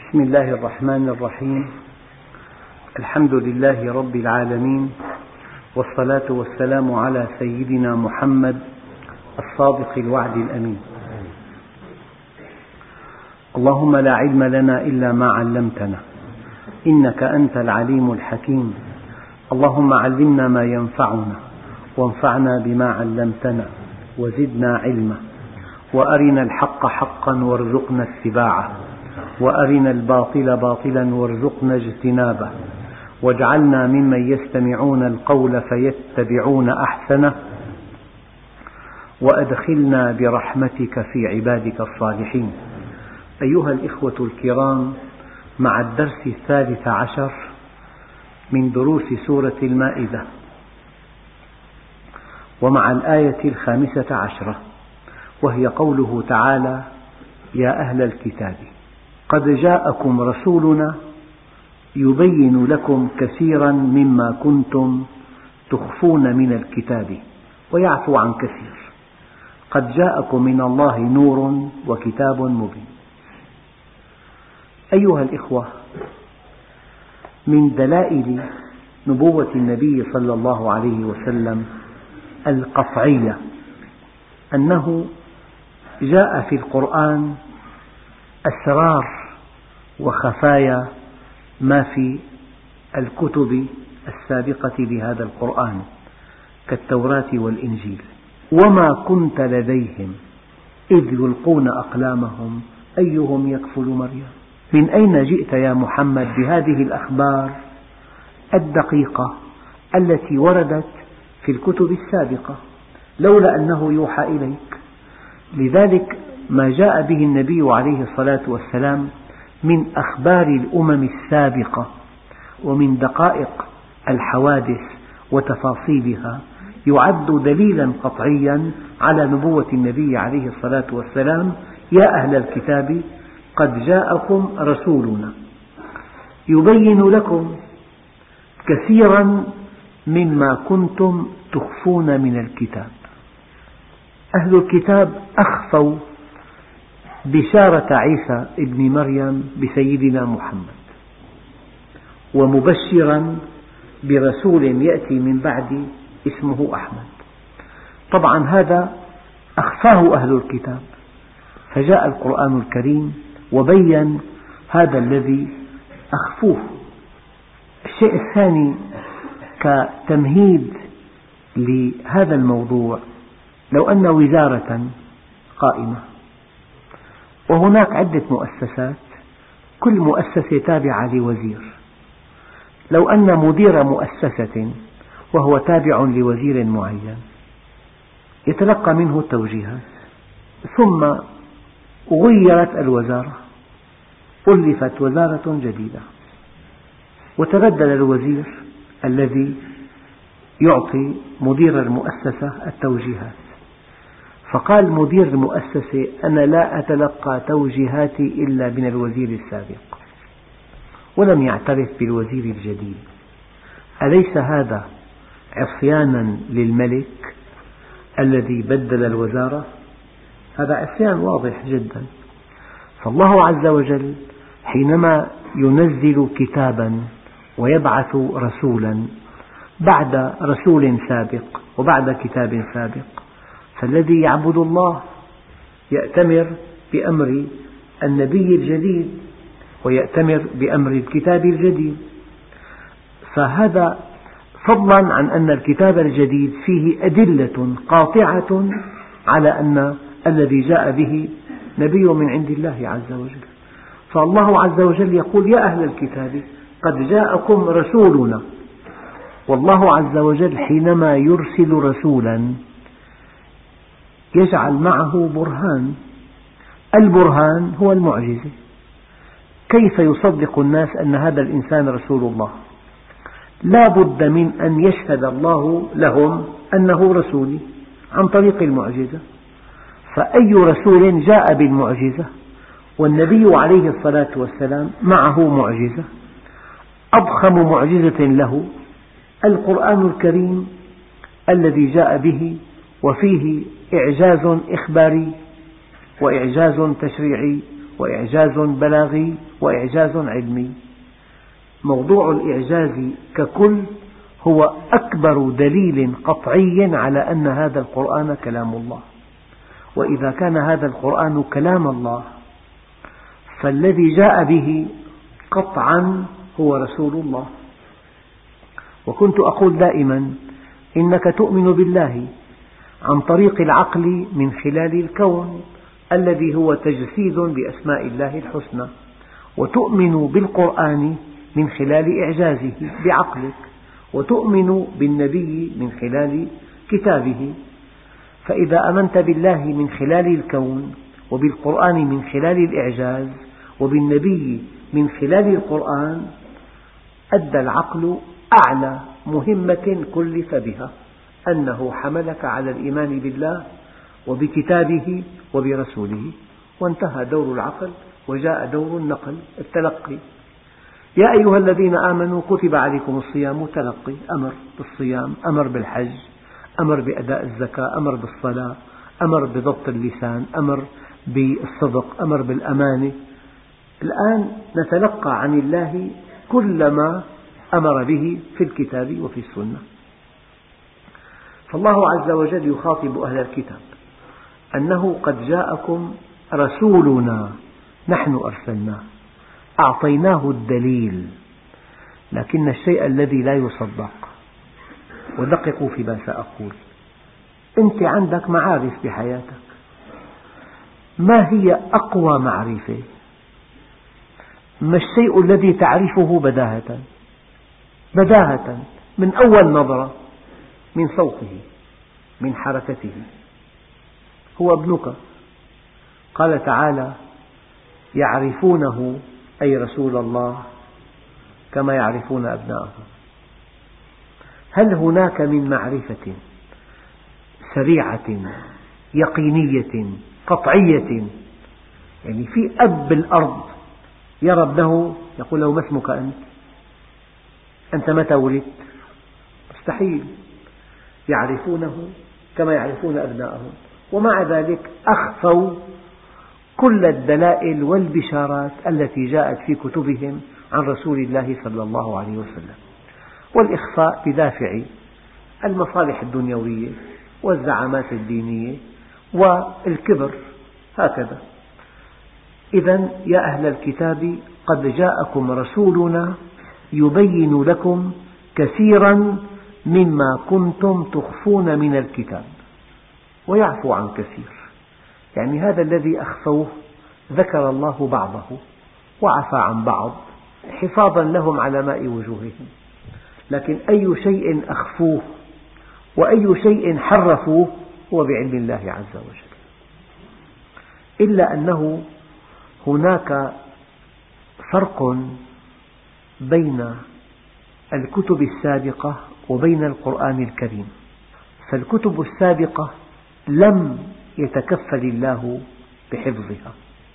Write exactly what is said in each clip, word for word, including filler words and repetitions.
بسم الله الرحمن الرحيم. الحمد لله رب العالمين، والصلاة والسلام على سيدنا محمد الصادق الوعد الأمين. اللهم لا علم لنا إلا ما علمتنا، إنك أنت العليم الحكيم. اللهم علمنا ما ينفعنا، وانفعنا بما علمتنا، وزدنا علما، وأرنا الحق حقا وارزقنا اتباعه، وأرنا الباطل باطلا وارزقنا اجتنابه، واجعلنا ممن يستمعون القول فيتبعون أحسنه، وأدخلنا برحمتك في عبادك الصالحين. أيها الإخوة الكرام، مع الدرس الثالث عشر من دروس سورة المائدة، ومع الآية الخامسة عشرة، وهي قوله تعالى: يا أهل الكتاب قد جاءكم رسولنا يبين لكم كثيرا مما كنتم تخفون من الكتاب ويعفو عن كثير، قد جاءكم من الله نور وكتاب مبين. أيها الإخوة، من دلائل نبوة النبي صلى الله عليه وسلم القطعية أنه جاء في القرآن أسرار وخفايا ما في الكتب السابقة لهذا القرآن كالتوراة والإنجيل. وما كنت لديهم إذ يلقون أقلامهم أيهم يكفل مريم. من أين جئت يا محمد بهذه الأخبار الدقيقة التي وردت في الكتب السابقة لولا أنه يوحى إليك؟ لذلك ما جاء به النبي عليه الصلاة والسلام من أخبار الأمم السابقة ومن دقائق الحوادث وتفاصيلها يعد دليلا قطعيا على نبوة النبي عليه الصلاة والسلام. يا أهل الكتاب قد جاءكم رسولنا يبين لكم كثيرا مما كنتم تخفون من الكتاب. أهل الكتاب أخفوا بشارة عيسى ابن مريم بسيدنا محمد، ومبشرا برسول يأتي من بعد اسمه أحمد. طبعا هذا أخفاه أهل الكتاب، فجاء القرآن الكريم وبين هذا الذي أخفوه. الشيء الثاني كتمهيد لهذا الموضوع، لو أن وزارة قائمة وهناك عدة مؤسسات، كل مؤسسة تابعة لوزير، لو أن مدير مؤسسة وهو تابع لوزير معين يتلقى منه التوجيهات، ثم غيرت الوزارة، ألفت وزارة جديدة، وتبدل الوزير الذي يعطي مدير المؤسسة التوجيهات، فقال مدير المؤسسة: أنا لا أتلقى توجيهاتي إلا من الوزير السابق، ولم يعترف بالوزير الجديد. أليس هذا عصيانا للملك الذي بدل الوزارة؟ هذا عصيان واضح جدا. فالله عز وجل حينما ينزل كتابا ويبعث رسولا بعد رسول سابق وبعد كتاب سابق، فالذي يعبد الله يأتمر بأمر النبي الجديد ويأتمر بأمر الكتاب الجديد. فهذا فضلا عن أن الكتاب الجديد فيه أدلة قاطعة على أن الذي جاء به نبي من عند الله عز وجل. فالله عز وجل يقول: يا أهل الكتاب قد جاءكم رسولنا. والله عز وجل حينما يرسل رسولا يجعل معه برهان، البرهان هو المعجزة. كيف يصدق الناس أن هذا الإنسان رسول الله؟ لا بد من أن يشهد الله لهم أنه رسول عن طريق المعجزة. فأي رسول جاء بالمعجزة، والنبي عليه الصلاة والسلام معه معجزة. أضخم معجزة له القرآن الكريم الذي جاء به، وفيه إعجاز إخباري وإعجاز تشريعي وإعجاز بلاغي وإعجاز علمي. موضوع الإعجاز ككل هو أكبر دليل قطعي على أن هذا القرآن كلام الله، وإذا كان هذا القرآن كلام الله فالذي جاء به قطعا هو رسول الله. وكنت أقول دائما إنك تؤمن بالله عن طريق العقل من خلال الكون الذي هو تجسيد بأسماء الله الحسنى، وتؤمن بالقرآن من خلال إعجازه بعقلك، وتؤمن بالنبي من خلال كتابه. فإذا آمنت بالله من خلال الكون، وبالقرآن من خلال الإعجاز، وبالنبي من خلال القرآن، أدى العقل أعلى مهمة كلف بها، أنه حملك على الإيمان بالله وبكتابه وبرسوله، وانتهى دور العقل وجاء دور النقل التلقي. يا أيها الذين آمنوا كتب عليكم الصيام تلقي، أمر بالصيام، أمر بالحج، أمر بأداء الزكاة، أمر بالصلاة، أمر بضبط اللسان، أمر بالصدق، أمر بالأمانة. الآن نتلقى عن الله كل ما أمر به في الكتاب وفي السنة. فالله عز وجل يخاطب أهل الكتاب أنه قد جاءكم رسولنا نحن أرسلناه، أعطيناه الدليل، لكن الشيء الذي لا يصدق، ودققوا فيما سأقول، أنت عندك معارف بحياتك، ما هي أقوى معرفة؟ ما الشيء الذي تعرفه بداهة بداهة من أول نظرة، من صوته، من حركته؟ هو ابنك. قال تعالى: يعرفونه أي رسول الله كما يعرفون أبناءهم. هل هناك من معرفة سريعة يقينية قطعية، يعني في أب بالأرض يرى ابنه يقول له: ما اسمك أنت؟ أنت متى ولدت؟ مستحيل. يعرفونه كما يعرفون أبناءهم، ومع ذلك أخفوا كل الدلائل والبشارات التي جاءت في كتبهم عن رسول الله صلى الله عليه وسلم، والإخفاء بدافع المصالح الدنيوية والزعامات الدينية والكبر، هكذا. إذن يا أهل الكتاب قد جاءكم رسولنا يبين لكم كثيرا مما كنتم تخفون من الكتاب ويعفو عن كثير. يعني هذا الذي أخفوه ذكر الله بعضه وعفى عن بعض حفاظا لهم على ماء وجوههم، لكن أي شيء أخفوه وأي شيء حرفوه هو بعلم الله عز وجل. إلا أنه هناك فرق بين الكتب السابقة وبين القرآن الكريم. فالكتب السابقة لم يتكفل الله بحفظها،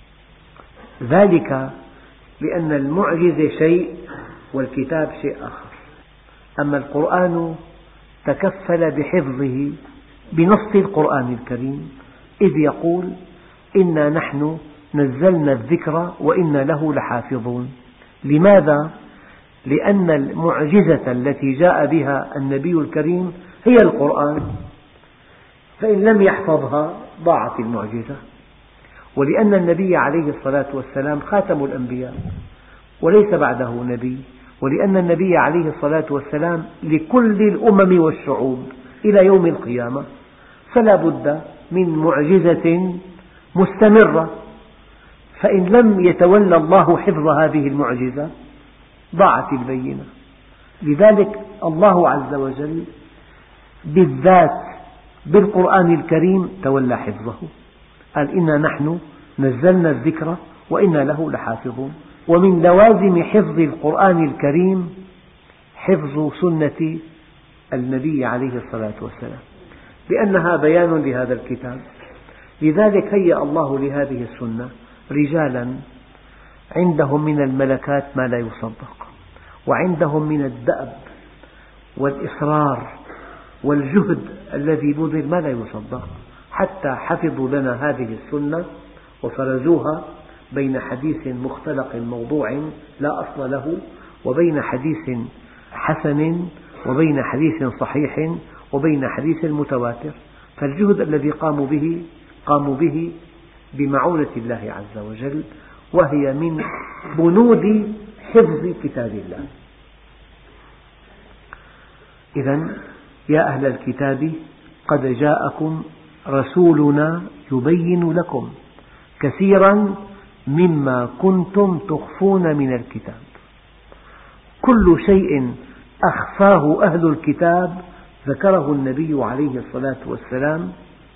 ذلك لأن المعجزة شيء والكتاب شيء آخر. أما القرآن تكفل بحفظه بنص القرآن الكريم، إذ يقول: إنا نحن نزلنا الذكر وإنا له لحافظون. لماذا؟ لأن المعجزة التي جاء بها النبي الكريم هي القرآن، فإن لم يحفظها ضاعت المعجزة. ولأن النبي عليه الصلاة والسلام خاتم الأنبياء وليس بعده نبي، ولأن النبي عليه الصلاة والسلام لكل الأمم والشعوب إلى يوم القيامة، فلا بد من معجزة مستمرة، فإن لم يتولى الله حفظ هذه المعجزة ضاعت البينة. لذلك الله عز وجل بالذات بالقرآن الكريم تولى حفظه، قال: إنا نحن نزلنا الذكر وإنا له لحافظون. ومن لوازم حفظ القرآن الكريم حفظ سنة النبي عليه الصلاة والسلام، لأنها بيان لهذا الكتاب. لذلك هيأ الله لهذه السنة رجالا عندهم من الملكات ما لا يصدق، وعندهم من الدأب والإصرار والجهد الذي بذل ما لا يصدق، حتى حفظوا لنا هذه السنة وفرزوها بين حديث مختلق موضوع لا أصل له، وبين حديث حسن، وبين حديث صحيح، وبين حديث متواتر. فالجهد الذي قاموا به قاموا به بمعونة الله عز وجل، وهي من بنود حفظ كتاب الله. إذن يا أهل الكتاب قد جاءكم رسولنا يبين لكم كثيرا مما كنتم تخفون من الكتاب. كل شيء أخفاه أهل الكتاب ذكره النبي عليه الصلاة والسلام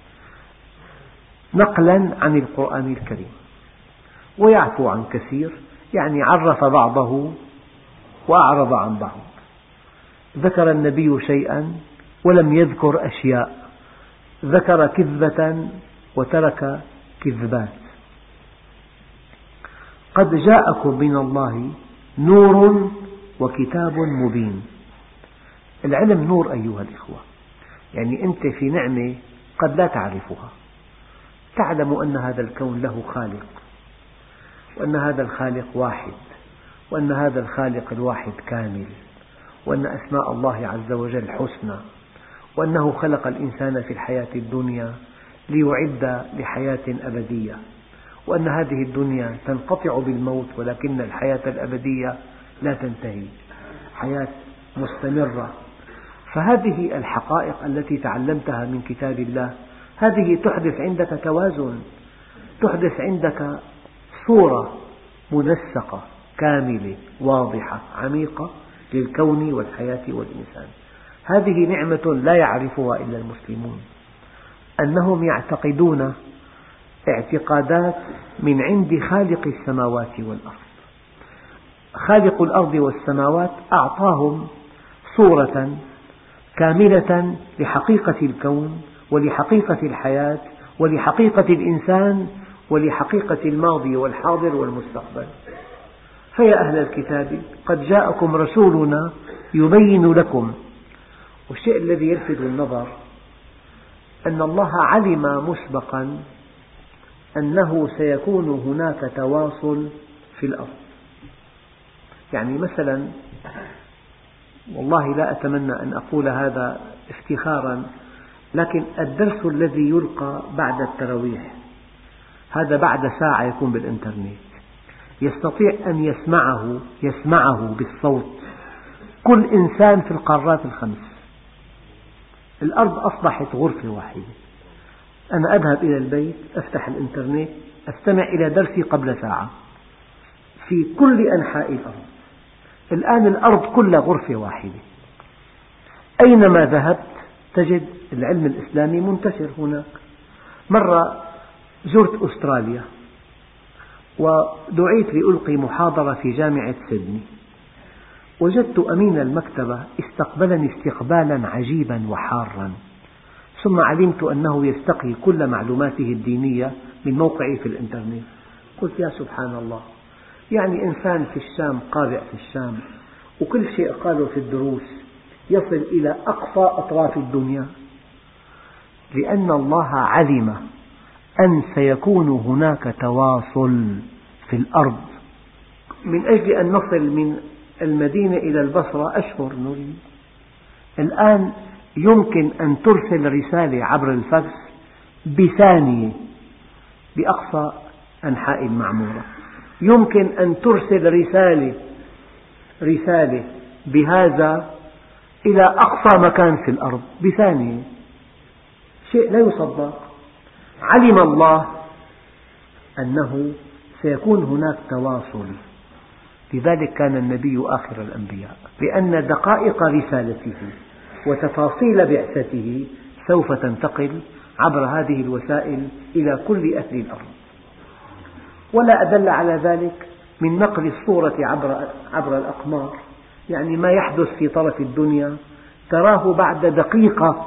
نقلا عن القرآن الكريم، ويعفو عن كثير، يعني عرف بعضه وأعرض عن بعض. ذكر النبي شيئا ولم يذكر أشياء، ذكر كذبة وترك كذبات. قد جاءكم من الله نور وكتاب مبين. العلم نور أيها الإخوة، يعني أنت في نعمة قد لا تعرفها، تعلم أن هذا الكون له خالق، وأن هذا الخالق واحد، وأن هذا الخالق الواحد كامل، وأن أسماء الله عز وجل حسنى، وأنه خلق الإنسان في الحياة الدنيا ليعد لحياة أبدية، وأن هذه الدنيا تنقطع بالموت، ولكن الحياة الأبدية لا تنتهي، حياة مستمرة. فهذه الحقائق التي تعلمتها من كتاب الله، هذه تحدث عندك توازن، تحدث عندك صورة منسقة كاملة واضحة عميقة للكون والحياة والإنسان. هذه نعمة لا يعرفها إلا المسلمون، أنهم يعتقدون اعتقادات من عند خالق السماوات والأرض. خالق الأرض والسماوات أعطاهم صورة كاملة لحقيقة الكون ولحقيقة الحياة ولحقيقة الإنسان ولحقيقة الماضي والحاضر والمستقبل. فيا أهل الكتاب قد جاءكم رسولنا يبين لكم. والشيء الذي يلفت النظر أن الله علم مسبقا أنه سيكون هناك تواصل في الأرض. يعني مثلا، والله لا أتمنى أن أقول هذا افتخارا، لكن الدرس الذي يلقى بعد التراويح هذا بعد ساعة يكون بالإنترنت، يستطيع أن يسمعه يسمعه بالصوت كل إنسان في القارات الخمس. الأرض أصبحت غرفة واحدة. أنا أذهب إلى البيت، أفتح الإنترنت، أستمع إلى درسي قبل ساعة في كل أنحاء الأرض. الآن الأرض كلها غرفة واحدة، أينما ذهبت تجد العلم الإسلامي منتشر هناك. مرة زرت أستراليا ودعيت لألقي محاضرة في جامعة سيدني، وجدت أمين المكتبة استقبلني استقبالا عجيبا وحارا، ثم علمت أنه يستقي كل معلوماته الدينية من موقعي في الإنترنت. قلت يا سبحان الله، يعني إنسان في الشام، قارئ في الشام، وكل شيء قاله في الدروس يصل إلى أقصى أطراف الدنيا، لأن الله علم أن سيكون هناك تواصل في الأرض. من أجل أن نصل من المدينة إلى البصرة أشهر نريد. الآن يمكن أن ترسل رسالة عبر الفاكس بثانية بأقصى أنحاء المعمورة. يمكن أن ترسل رسالة رسالة بهذا إلى أقصى مكان في الأرض بثانية، شيء لا يصدق. علم الله أنه سيكون هناك تواصل، لذلك كان النبي آخر الأنبياء، لأن دقائق رسالته وتفاصيل بعثته سوف تنتقل عبر هذه الوسائل إلى كل أهل الأرض. ولا أدل على ذلك من نقل الصورة عبر, عبر الأقمار، يعني ما يحدث في طرف الدنيا تراه بعد دقيقة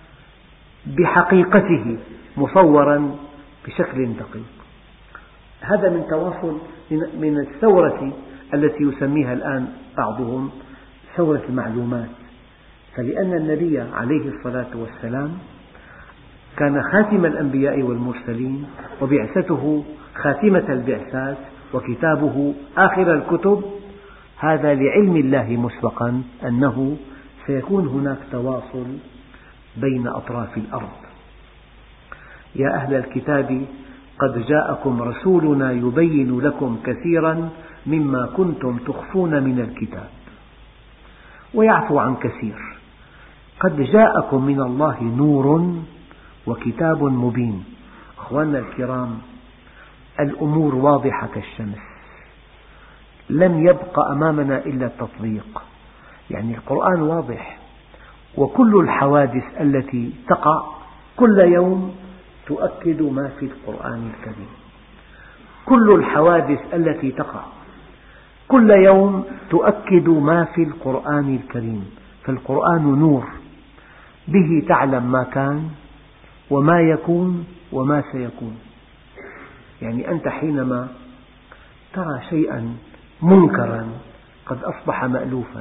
بحقيقته مصورا بشكل دقيق. هذا من تواصل، من الثورة التي يسميها الآن بعضهم ثورة المعلومات. فلأن النبي عليه الصلاة والسلام كان خاتم الأنبياء والمرسلين، وبعثته خاتمة البعثات وكتابه آخر الكتب، هذا لعلم الله مسبقا أنه سيكون هناك تواصل بين أطراف الأرض. يا أهل الكتاب قد جاءكم رسولنا يبين لكم كثيرا مما كنتم تخفون من الكتاب ويعفو عن كثير. قد جاءكم من الله نور وكتاب مبين. أخواننا الكرام، الأمور واضحة كالشمس، لم يبق أمامنا إلا التطبيق. يعني القرآن واضح، وكل الحوادث التي تقع كل يوم تؤكد ما في القرآن الكريم. كل الحوادث التي تقع كل يوم تؤكد ما في القرآن الكريم. فالقرآن نور، به تعلم ما كان وما يكون وما سيكون. يعني أنت حينما ترى شيئا منكرا قد أصبح مألوفا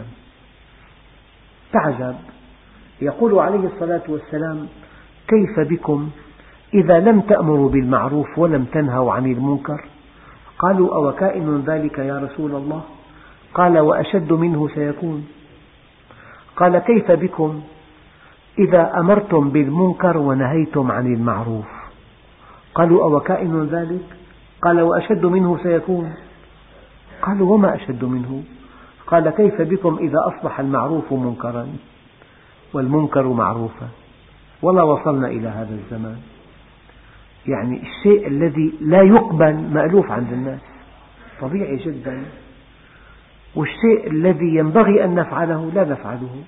تعجب. يقول عليه الصلاة والسلام: كيف بكم إذا لم تأمروا بالمعروف ولم تنهوا عن المنكر؟ قالوا: أو كائن ذلك يا رسول الله؟ قال: وأشد منه سيكون. قال: كيف بكم إذا أمرتم بالمنكر ونهيتم عن المعروف؟ قالوا: أو كائن ذلك؟ قال: وأشد منه سيكون. قالوا: وما أشد منه؟ قال: كيف بكم إذا أصبح المعروف منكرا والمنكر معروفا؟ ولا وصلنا إلى هذا الزمان. يعني الشيء الذي لا يقبل مألوف عند الناس طبيعي جدا، والشيء الذي ينبغي أن نفعله لا نفعله.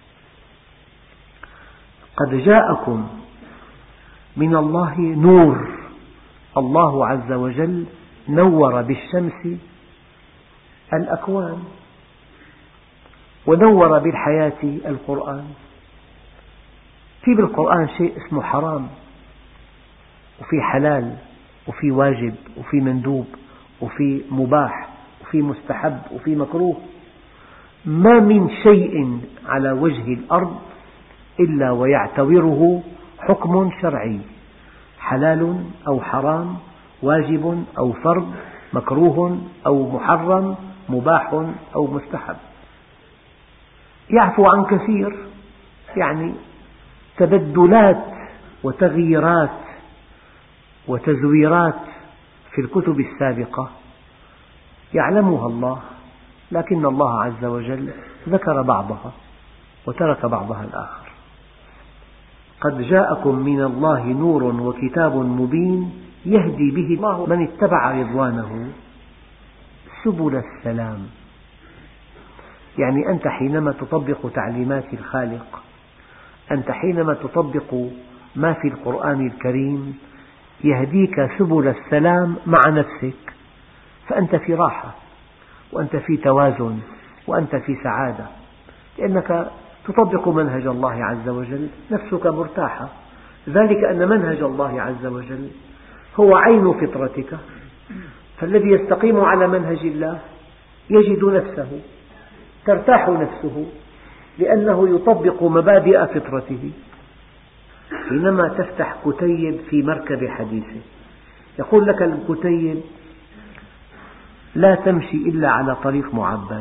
قد جاءكم من الله نور. الله عز وجل نور بالشمس الأكوان، ونور بالحياة القرآن. في بالقرآن شيء اسمه حرام، وفي حلال، وفي واجب، وفي مندوب، وفي مباح، وفي مستحب، وفي مكروه. ما من شيء على وجه الأرض إلا ويعتبره حكم شرعي، حلال أو حرام، واجب أو فرض، مكروه أو محرم، مباح أو مستحب. يعفو عن كثير، يعني تبدلات وتغييرات وتزويرات في الكتب السابقة يعلمها الله، لكن الله عز وجل ذكر بعضها وترك بعضها الآخر. قد جاءكم من الله نور وكتاب مبين يهدي به الله من اتبع رضوانه سبل السلام. يعني أنت حينما تطبق تعليمات الخالق، أنت حينما تطبق ما في القرآن الكريم يهديك سبل السلام مع نفسك، فأنت في راحة، وأنت في توازن، وأنت في سعادة، لأنك تطبق منهج الله عز وجل، نفسك مرتاحة. ذلك أن منهج الله عز وجل هو عين فطرتك، فالذي يستقيم على منهج الله يجد نفسه ترتاح نفسه، لأنه يطبق مبادئ فطرته. حينما تفتح كتيب في مركب حديثة يقول لك الكتيب: لا تمشي إلا على طريق معبد.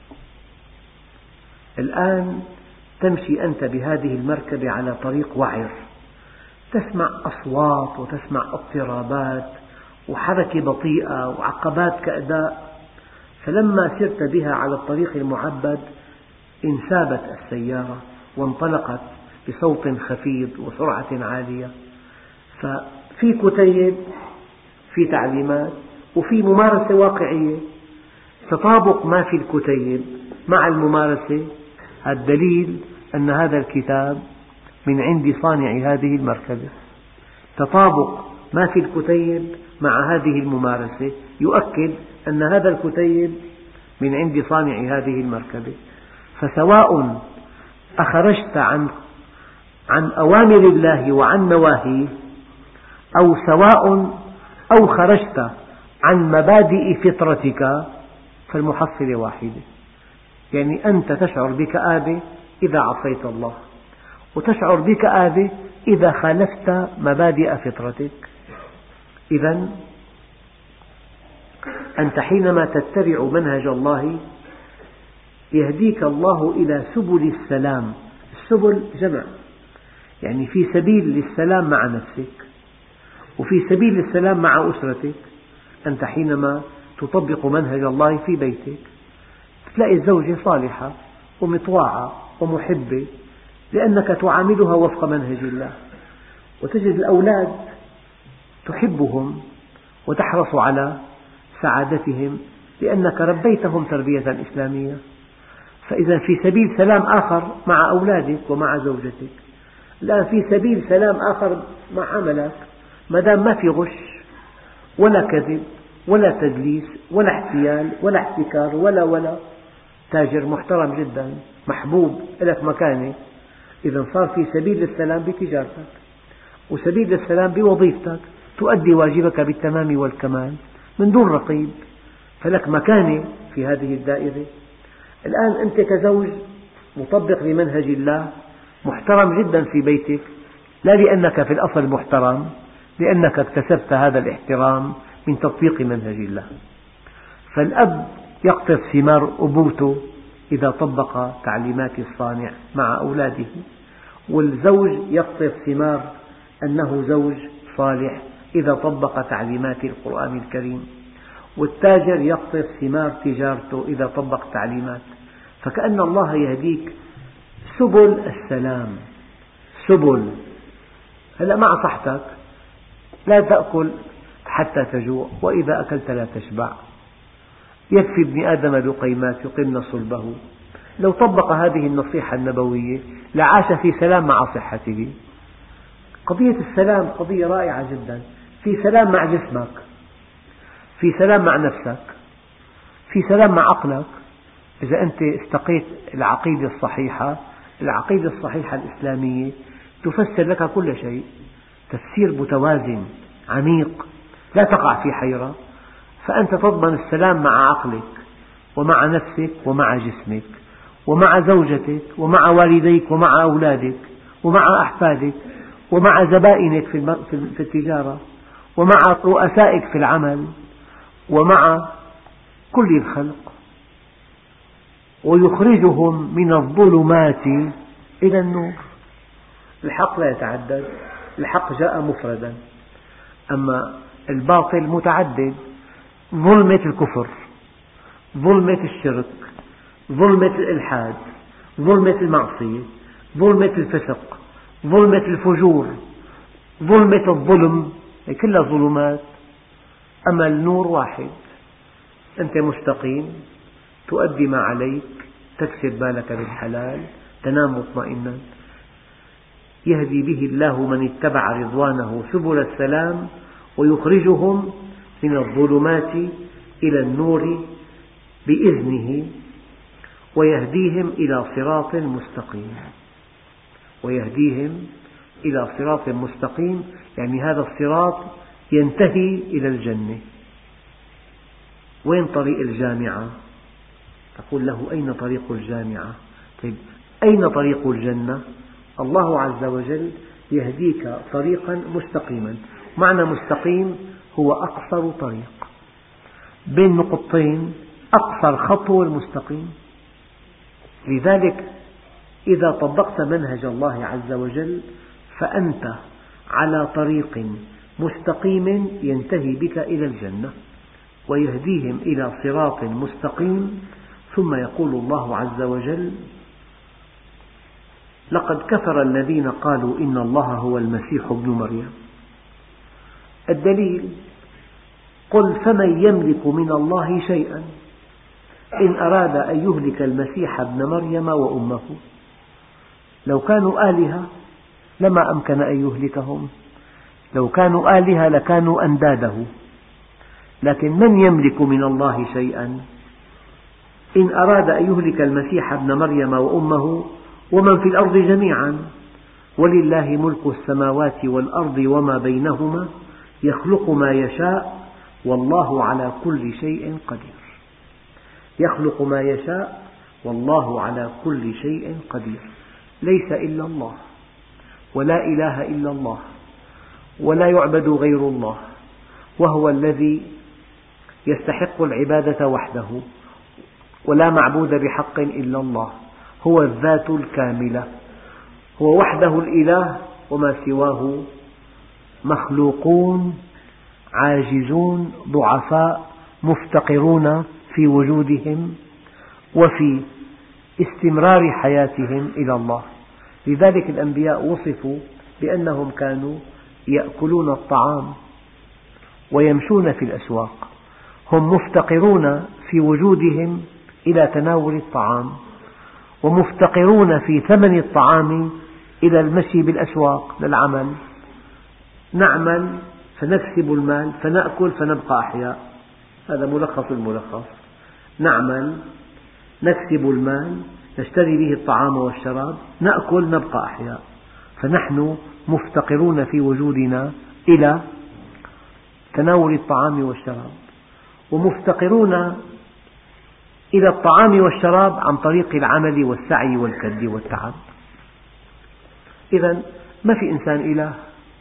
الآن تمشي أنت بهذه المركبة على طريق وعر، تسمع أصوات وتسمع اضطرابات وحركة بطيئة وعقبات كأداء. فلما سرت بها على الطريق المعبد انسابت السيارة وانطلقت بصوت خفيض وسرعة عالية. ففي كتيب، في تعليمات، وفي ممارسة واقعية. تطابق ما في الكتيب مع الممارسة الدليل أن هذا الكتاب من عند صانع هذه المركبة. تطابق ما في الكتيب مع هذه الممارسة يؤكد أن هذا الكتيب من عند صانع هذه المركبة. فسواء أخرجت عن عن أوامر الله وعن نواهيه، أو سواء أو خرجت عن مبادئ فطرتك، فالمحصلة واحدة. يعني أنت تشعر بكآبة إذا عصيت الله، وتشعر بكآبة إذا خالفت مبادئ فطرتك. إذن أنت حينما تتبع منهج الله يهديك الله إلى سبل السلام. السبل جمع، يعني في سبيل للسلام مع نفسك، وفي سبيل للسلام مع أسرتك. أنت حينما تطبق منهج الله في بيتك تلاقي الزوجة صالحة ومطواعة ومحبة لأنك تعاملها وفق منهج الله، وتجد الأولاد تحبهم وتحرص على سعادتهم لأنك ربيتهم تربية إسلامية. فإذا في سبيل سلام آخر مع أولادك ومع زوجتك. الآن في سبيل سلام آخر مع عملك، ما دام ما في غش ولا كذب ولا تدليس ولا احتيال ولا احتكار ولا ولا تاجر محترم جدا محبوب لك مكانة. إذا صار في سبيل للسلام بتجارتك، وسبيل للسلام بوظيفتك، تؤدي واجبك بالتمام والكمال من دون رقيب، فلك مكانة في هذه الدائرة. الآن أنت كزوج مطبق لمنهج الله محترم جدا في بيتك، لا لأنك في الأصل محترم، لأنك اكتسبت هذا الاحترام من تطبيق منهج الله. فالأب يقطف ثمار أبوته إذا طبق تعليمات الصانع مع أولاده، والزوج يقطف ثمار أنه زوج صالح إذا طبق تعليمات القرآن الكريم، والتاجر يقطف ثمار تجارته إذا طبق تعليمات. فكأن الله يهديك سبل السلام. سبل هلأ مع صحتك لا تأكل حتى تجوع، وإذا أكلت لا تشبع. يكفي ابن آدم لقيمات يقمن صلبه. لو طبق هذه النصيحة النبوية لعاش في سلام مع صحته. قضية السلام قضية رائعة جدا. في سلام مع جسمك، في سلام مع نفسك، في سلام مع عقلك. إذا أنت استقيت العقيدة الصحيحة، العقيدة الصحيحة الإسلامية تفسر لك كل شيء تفسير متوازن عميق، لا تقع في حيرة. فأنت تضمن السلام مع عقلك ومع نفسك ومع جسمك ومع زوجتك ومع والديك ومع أولادك ومع أحفادك ومع زبائنك في التجارة ومع رؤسائك في العمل ومع كل الخلق. ويخرجهم من الظلمات إلى النور. الحق لا يتعدد، الحق جاء مفردا، أما الباطل متعدد. ظلمة الكفر، ظلمة الشرك، ظلمة الإلحاد، ظلمة المعصية، ظلمة الفسق، ظلمة الفجور، ظلمة الظلم، كلها ظلمات. أما النور واحد، أنت مستقيم، تؤدي ما عليك، تكسب مالك بالحلال، تنام مطمئنا. يهدي به الله من اتبع رضوانه سبل السلام ويخرجهم من الظلمات إلى النور بإذنه ويهديهم إلى صراط مستقيم. ويهديهم إلى صراط مستقيم يعني هذا الصراط ينتهي إلى الجنة. وين طريق الجامعة؟ تقول له أين طريق الجامعة؟ طيب أين طريق الجنة؟ الله عز وجل يهديك طريقا مستقيما. معنى مستقيم هو أقصر طريق بين نقطتين، أقصر خط هو المستقيم. لذلك إذا طبقت منهج الله عز وجل فأنت على طريق مستقيم ينتهي بك إلى الجنة. ويهديهم إلى صراط مستقيم. ثم يقول الله عز وجل: لقد كفر الذين قالوا إن الله هو المسيح ابن مريم. الدليل: قل فمن يملك من الله شيئا إن أراد أن يهلك المسيح ابن مريم وأمه. لو كانوا آلهة لما أمكن أن يهلكهم، لو كانوا آلهة لكانوا أنداده. لكن من يملك من الله شيئا إن أراد أن يهلك المسيح ابن مريم وأمه ومن في الأرض جميعا. ولله ملك السماوات والأرض وما بينهما يخلق ما يشاء والله على كل شيء قدير. يخلق ما يشاء والله على كل شيء قدير. ليس إلا الله، ولا إله إلا الله، ولا يعبد غير الله، وهو الذي يستحق العبادة وحده ولا معبود بحق إلا الله، هو الذات الكاملة، هو وحده الإله وما سواه مخلوقون عاجزون ضعفاء مفتقرون في وجودهم وفي استمرار حياتهم إلى الله. لذلك الأنبياء وصفوا بأنهم كانوا يأكلون الطعام ويمشون في الأسواق، هم مفتقرون في وجودهم إلى تناول الطعام، ومفتقرون في ثمن الطعام إلى المشي بالأسواق للعمل. نعمل فنكسب المال فنأكل فنبقى أحياء، هذا ملخص الملخص. نعمل نكسب المال نشتري به الطعام والشراب، نأكل نبقى أحياء، فنحن مفتقرون في وجودنا إلى تناول الطعام والشراب، ومفتقرون إلى الطعام والشراب عن طريق العمل والسعي والكد والتعب. إذا ما في إنسان إله،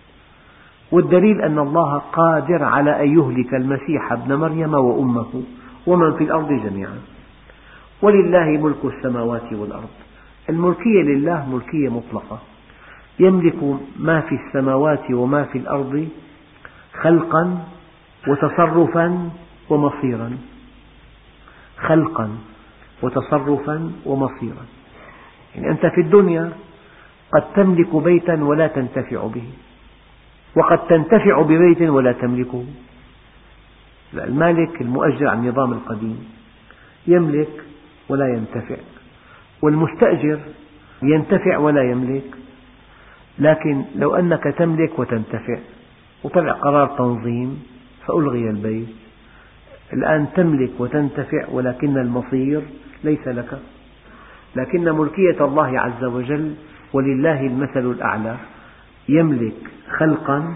والدليل أن الله قادر على أن يهلك المسيح ابن مريم وأمه ومن في الأرض جميعا. ولله ملك السماوات والأرض، الملكية لله ملكية مطلقة، يملك ما في السماوات وما في الأرض خلقا وتصرفا ومصيرا، خلقا وتصرفا ومصيرا. يعني أنت في الدنيا قد تملك بيتا ولا تنتفع به، وقد تنتفع ببيت ولا تملكه. المالك المؤجر على النظام القديم يملك ولا ينتفع، والمستأجر ينتفع ولا يملك. لكن لو أنك تملك وتنتفع وطلع قرار تنظيم فألغي البيت، الآن تملك وتنتفع ولكن المصير ليس لك. لكن ملكية الله عز وجل ولله المثل الأعلى، يملك خلقا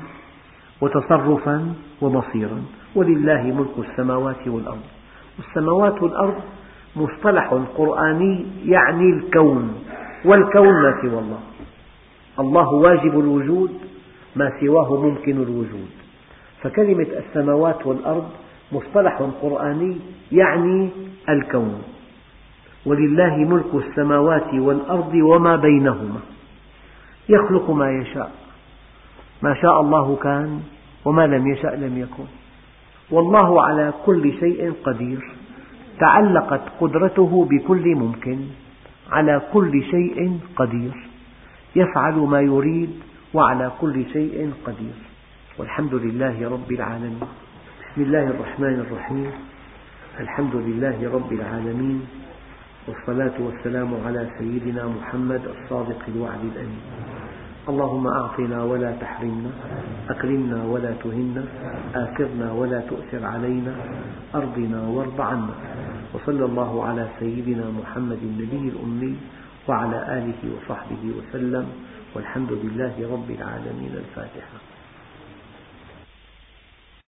وتصرفا ومصيرا. ولله ملك السماوات والأرض، والسماوات والأرض مصطلح قرآني يعني الكون، والكون ما سوى الله. الله واجب الوجود، ما سواه ممكن الوجود. فكلمة السماوات والأرض مصطلح قرآني يعني الكون. ولله ملك السماوات والأرض وما بينهما، يخلق ما يشاء، ما شاء الله كان وما لم يشأ لم يكن. والله على كل شيء قدير، تعلقت قدرته بكل ممكن، على كل شيء قدير، يفعل ما يريد وعلى كل شيء قدير. والحمد لله رب العالمين. بسم الله الرحمن الرحيم، الحمد لله رب العالمين، والصلاة والسلام على سيدنا محمد الصادق الوعد الأمين. اللهم أعطنا ولا تحرمنا، أكرمنا ولا تهنا، آثرنا ولا تؤثر علينا، أرضنا وارض عنا. وصلى الله على سيدنا محمد النبي الأمي وعلى آله وصحبه وسلم، والحمد لله رب العالمين. الفاتحة.